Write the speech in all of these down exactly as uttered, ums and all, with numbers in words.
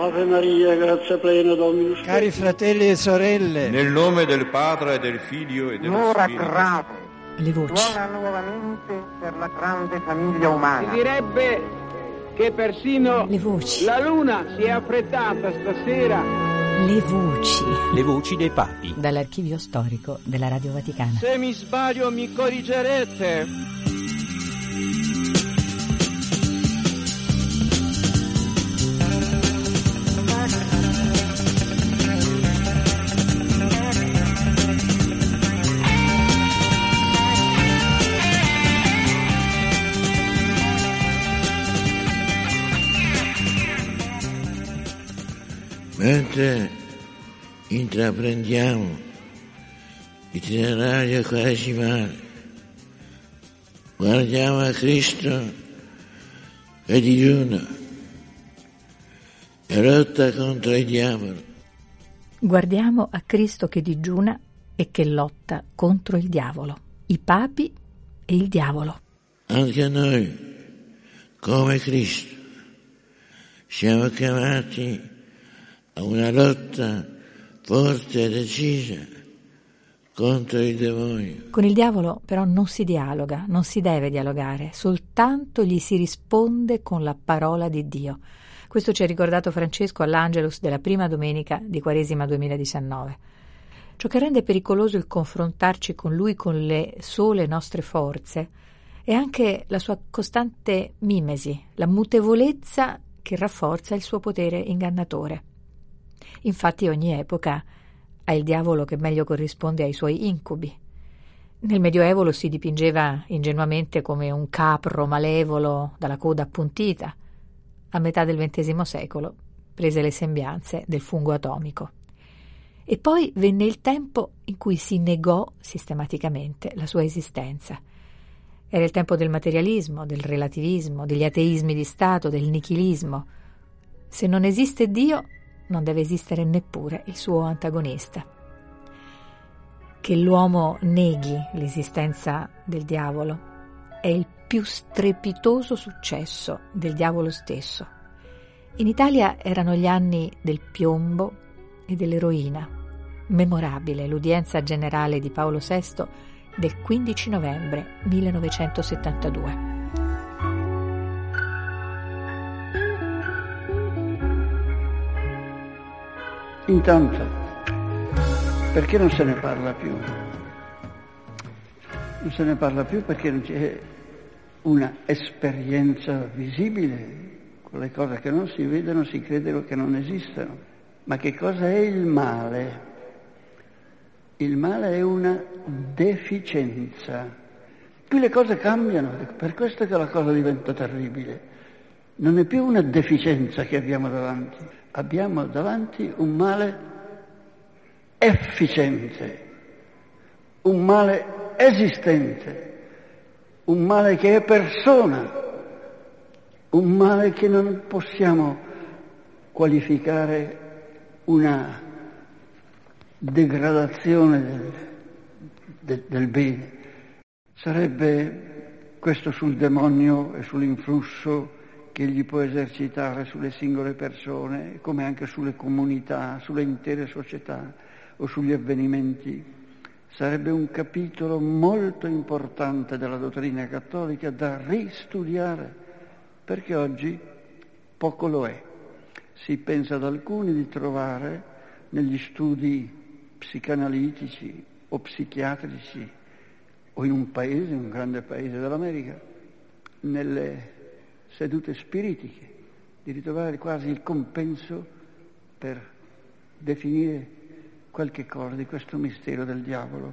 Ave Maria, grazia plena, Dominus. Cari fratelli e sorelle, nel nome del Padre e del Figlio e dello L'ora Spirito. grave. Le voci. Suona nuovamente per la grande famiglia umana. Si direbbe che persino Le voci. la luna si è affrettata stasera. Le voci. Le voci dei papi. Dall'archivio storico della Radio Vaticana. Se mi sbaglio mi corrigerete. Mentre intraprendiamo l'itinerario quaresimale, guardiamo a Cristo che digiuna e lotta contro il diavolo. Guardiamo a Cristo che digiuna e che lotta contro il diavolo, i papi e il diavolo. Anche noi, come Cristo, siamo chiamati a una lotta forte e decisa contro il demonio. Con il diavolo però non si dialoga, non si deve dialogare, soltanto gli si risponde con la parola di Dio. Questo ci ha ricordato Francesco all'Angelus della prima domenica di Quaresima duemiladiciannove. Ciò che rende pericoloso il confrontarci con Lui con le sole nostre forze è anche la sua costante mimesi, la mutevolezza che rafforza il suo potere ingannatore. Infatti ogni epoca ha il diavolo che meglio corrisponde ai suoi incubi. Nel Medioevo lo si dipingeva ingenuamente come un capro malevolo dalla coda appuntita. A metà del ventesimo secolo prese le sembianze del fungo atomico. E poi venne il tempo in cui si negò sistematicamente la sua esistenza. Era il tempo del materialismo, del relativismo, degli ateismi di Stato, del nichilismo. Se non esiste Dio, non deve esistere neppure il suo antagonista. Che l'uomo neghi l'esistenza del diavolo è il più strepitoso successo del diavolo stesso. In Italia erano gli anni del piombo e dell'eroina. Memorabile l'udienza generale di Paolo sesto del quindici novembre millenovecentosettantadue. Intanto, perché non se ne parla più? Non se ne parla più perché non c'è una esperienza visibile. Con le cose che non si vedono si credono che non esistano. Ma che cosa è il male? Il male è una deficienza. Qui le cose cambiano, per questo che la cosa diventa terribile. Non è più una deficienza che abbiamo davanti, abbiamo davanti un male efficiente, un male esistente, un male che è persona, un male che non possiamo qualificare una degradazione del, del, del bene. Sarebbe questo sul demonio e sull'influsso che egli può esercitare sulle singole persone, come anche sulle comunità, sulle intere società o sugli avvenimenti. Sarebbe un capitolo molto importante della dottrina cattolica da ristudiare, perché oggi poco lo è. Si pensa ad alcuni di trovare negli studi psicanalitici o psichiatrici o in un paese, un grande paese dell'America, nelle sedute spiritiche, di ritrovare quasi il compenso per definire qualche cosa di questo mistero del diavolo.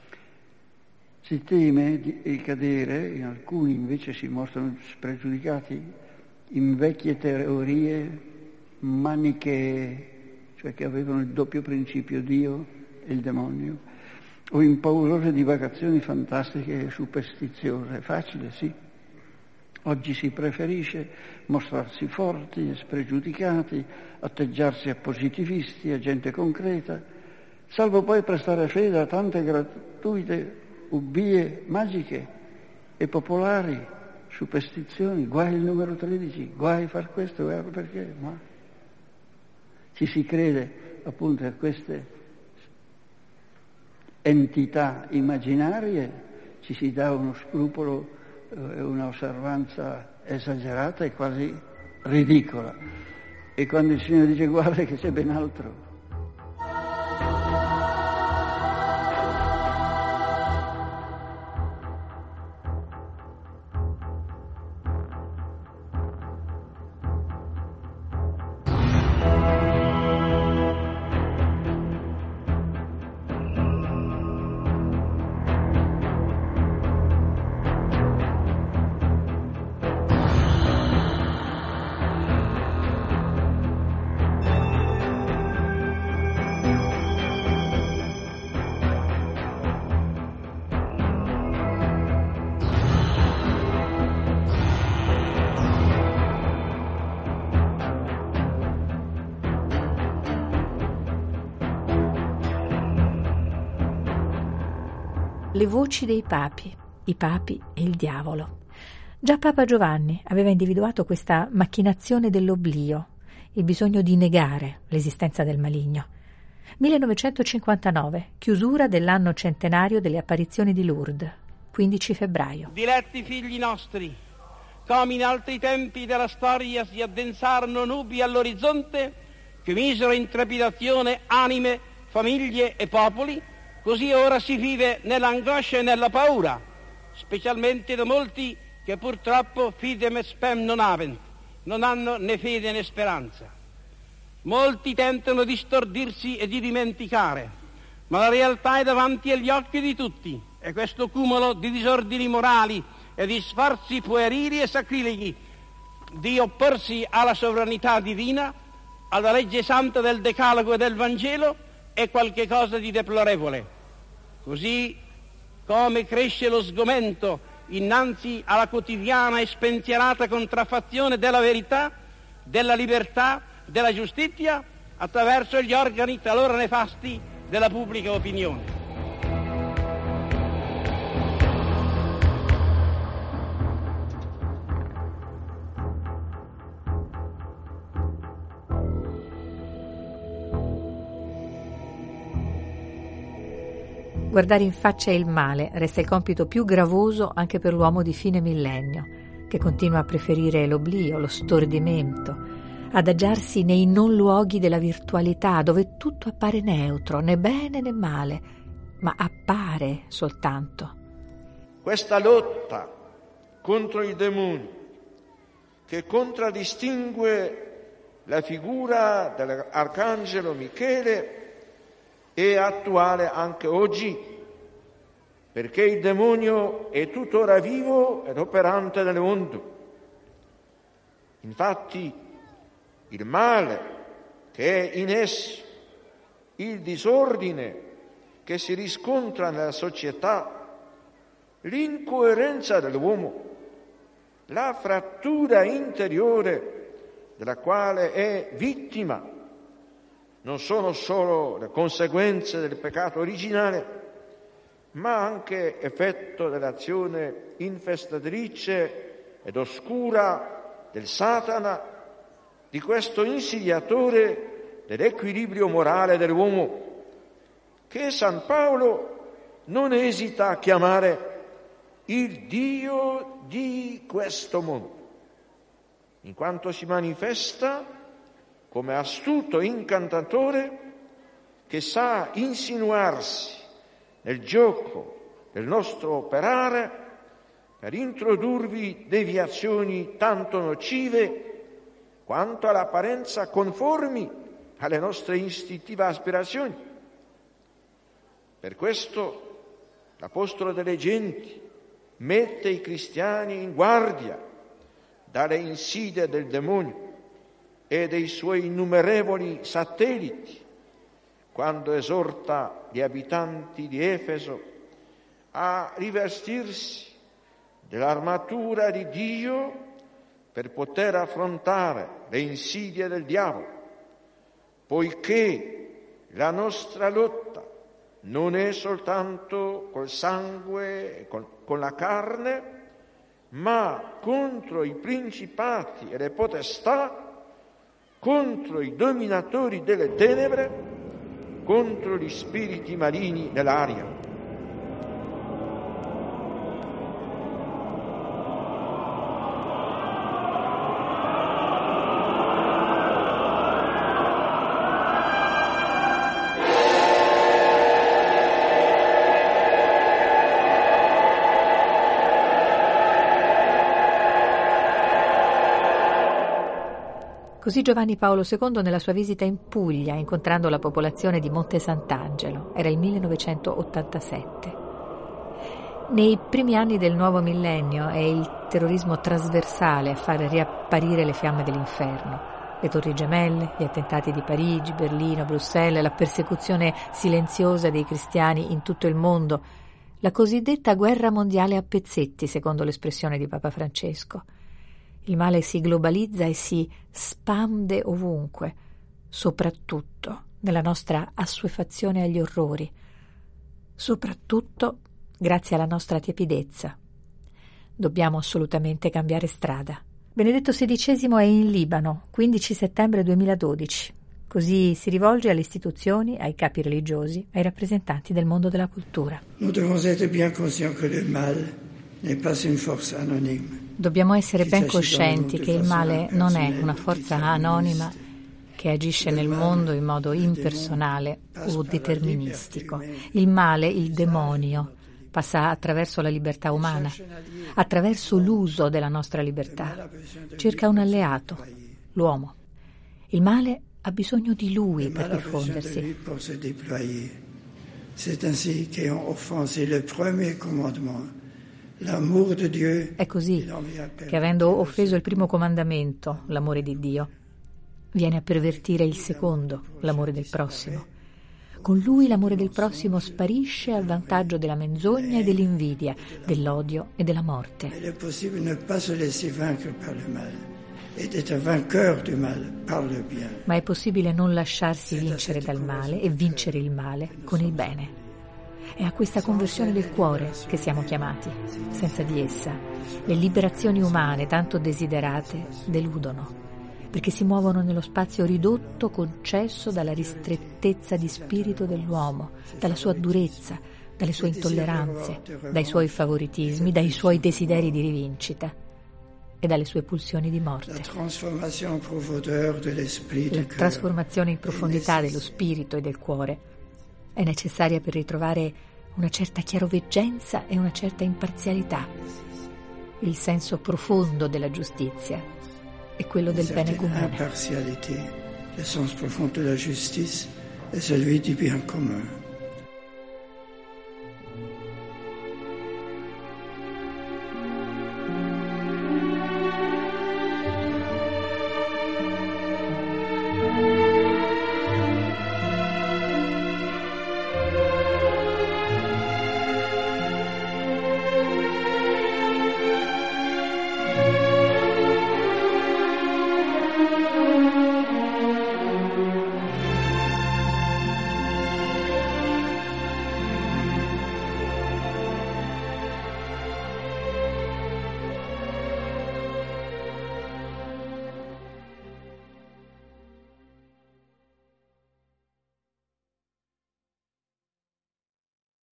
Si teme di cadere, in alcuni invece si mostrano spregiudicati, in vecchie teorie manichee, cioè che avevano il doppio principio Dio e il demonio, o in paurose divagazioni fantastiche e superstiziose. Facile, sì. Oggi si preferisce mostrarsi forti e spregiudicati, atteggiarsi a positivisti, a gente concreta, salvo poi prestare fede a tante gratuite ubbie magiche e popolari, superstizioni, guai il numero tredici, guai far questo, guai perché, ma ci si crede appunto a queste entità immaginarie, ci si dà uno scrupolo e eh, una osservanza esagerata e quasi ridicola. E quando il Signore dice guarda che c'è ben altro. Le voci dei papi, i papi e il diavolo. Già Papa Giovanni aveva individuato questa macchinazione dell'oblio, il bisogno di negare l'esistenza del maligno. millenovecentocinquantanove, chiusura dell'anno centenario delle apparizioni di Lourdes, quindici febbraio. Diletti figli nostri, come in altri tempi della storia si addensarono nubi all'orizzonte che misero in trepidazione anime, famiglie e popoli, così ora si vive nell'angoscia e nella paura, specialmente da molti che purtroppo fidem et spem non avent, non hanno né fede né speranza. Molti tentano di stordirsi e di dimenticare, ma la realtà è davanti agli occhi di tutti, e questo cumulo di disordini morali e di sforzi puerili e sacrilegi di opporsi alla sovranità divina, alla legge santa del Decalogo e del Vangelo, è qualche cosa di deplorevole. Così come cresce lo sgomento innanzi alla quotidiana e spensierata contraffazione della verità, della libertà, della giustizia attraverso gli organi talora nefasti della pubblica opinione. Guardare in faccia il male resta il compito più gravoso anche per l'uomo di fine millennio, che continua a preferire l'oblio, lo stordimento, adagiarsi nei non luoghi della virtualità, dove tutto appare neutro, né bene né male, ma appare soltanto. Questa lotta contro il demonio, che contraddistingue la figura dell'arcangelo Michele, è attuale anche oggi, perché il demonio è tuttora vivo ed operante nel mondo. Infatti il male che è in esso, il disordine che si riscontra nella società, l'incoerenza dell'uomo, la frattura interiore della quale è vittima, non sono solo le conseguenze del peccato originale, ma anche effetto dell'azione infestatrice ed oscura del Satana, di questo insidiatore dell'equilibrio morale dell'uomo, che San Paolo non esita a chiamare il Dio di questo mondo, in quanto si manifesta come astuto incantatore che sa insinuarsi nel gioco del nostro operare per introdurvi deviazioni tanto nocive quanto all'apparenza conformi alle nostre istintive aspirazioni. Per questo l'Apostolo delle Genti mette i cristiani in guardia dalle insidie del demonio e dei suoi innumerevoli satelliti, quando esorta gli abitanti di Efeso a rivestirsi dell'armatura di Dio per poter affrontare le insidie del diavolo, poiché la nostra lotta non è soltanto col sangue e con, con la carne, ma contro i principati e le potestà, contro i dominatori delle tenebre, contro gli spiriti maligni nell'aria. Così Giovanni Paolo secondo nella sua visita in Puglia, incontrando la popolazione di Monte Sant'Angelo. Era il millenovecentottantasette. Nei primi anni del nuovo millennio è il terrorismo trasversale a far riapparire le fiamme dell'inferno. Le Torri Gemelle, gli attentati di Parigi, Berlino, Bruxelles, la persecuzione silenziosa dei cristiani in tutto il mondo, la cosiddetta guerra mondiale a pezzetti, secondo l'espressione di Papa Francesco. Il male si globalizza e si spande ovunque, soprattutto nella nostra assuefazione agli orrori, soprattutto grazie alla nostra tiepidezza. Dobbiamo assolutamente cambiare strada. Benedetto sedicesimo è in Libano, quindici settembre duemiladodici. Così si rivolge alle istituzioni, ai capi religiosi, ai rappresentanti del mondo della cultura. Nous devons être bien conscients que le mal n'est pas une force anonyme. Dobbiamo essere ben coscienti che il male non è una forza anonima che agisce nel mondo in modo impersonale o deterministico. Il male, il demonio, passa attraverso la libertà umana, attraverso l'uso della nostra libertà. Cerca un alleato, l'uomo. Il male ha bisogno di lui per diffondersi. C'est ainsi qu'ayant offensé le premier commandement, l'amore de Dieu. È così che, avendo offeso il primo comandamento, l'amore di Dio, viene a pervertire il secondo, l'amore del prossimo. Con lui l'amore del prossimo sparisce a vantaggio della menzogna e dell'invidia, dell'odio e della morte. Il è possibile ne pas se laisser vaincre par le mal ed être vainqueur du mal par le bien. Ma è possibile non lasciarsi vincere dal male e vincere il male con il bene. È a questa conversione del cuore che siamo chiamati. Senza di essa, le liberazioni umane tanto desiderate deludono, perché si muovono nello spazio ridotto concesso dalla ristrettezza di spirito dell'uomo, dalla sua durezza, dalle sue intolleranze, dai suoi favoritismi, dai suoi desideri di rivincita e dalle sue pulsioni di morte. La trasformazione in profondeur de l'esprit, La trasformazione in profondità dello spirito e del cuore è necessaria per ritrovare una certa chiaroveggenza e una certa imparzialità, il senso profondo della giustizia e quello del bene comune. Impartialité, le sens profond de la justice et celui du bien commun.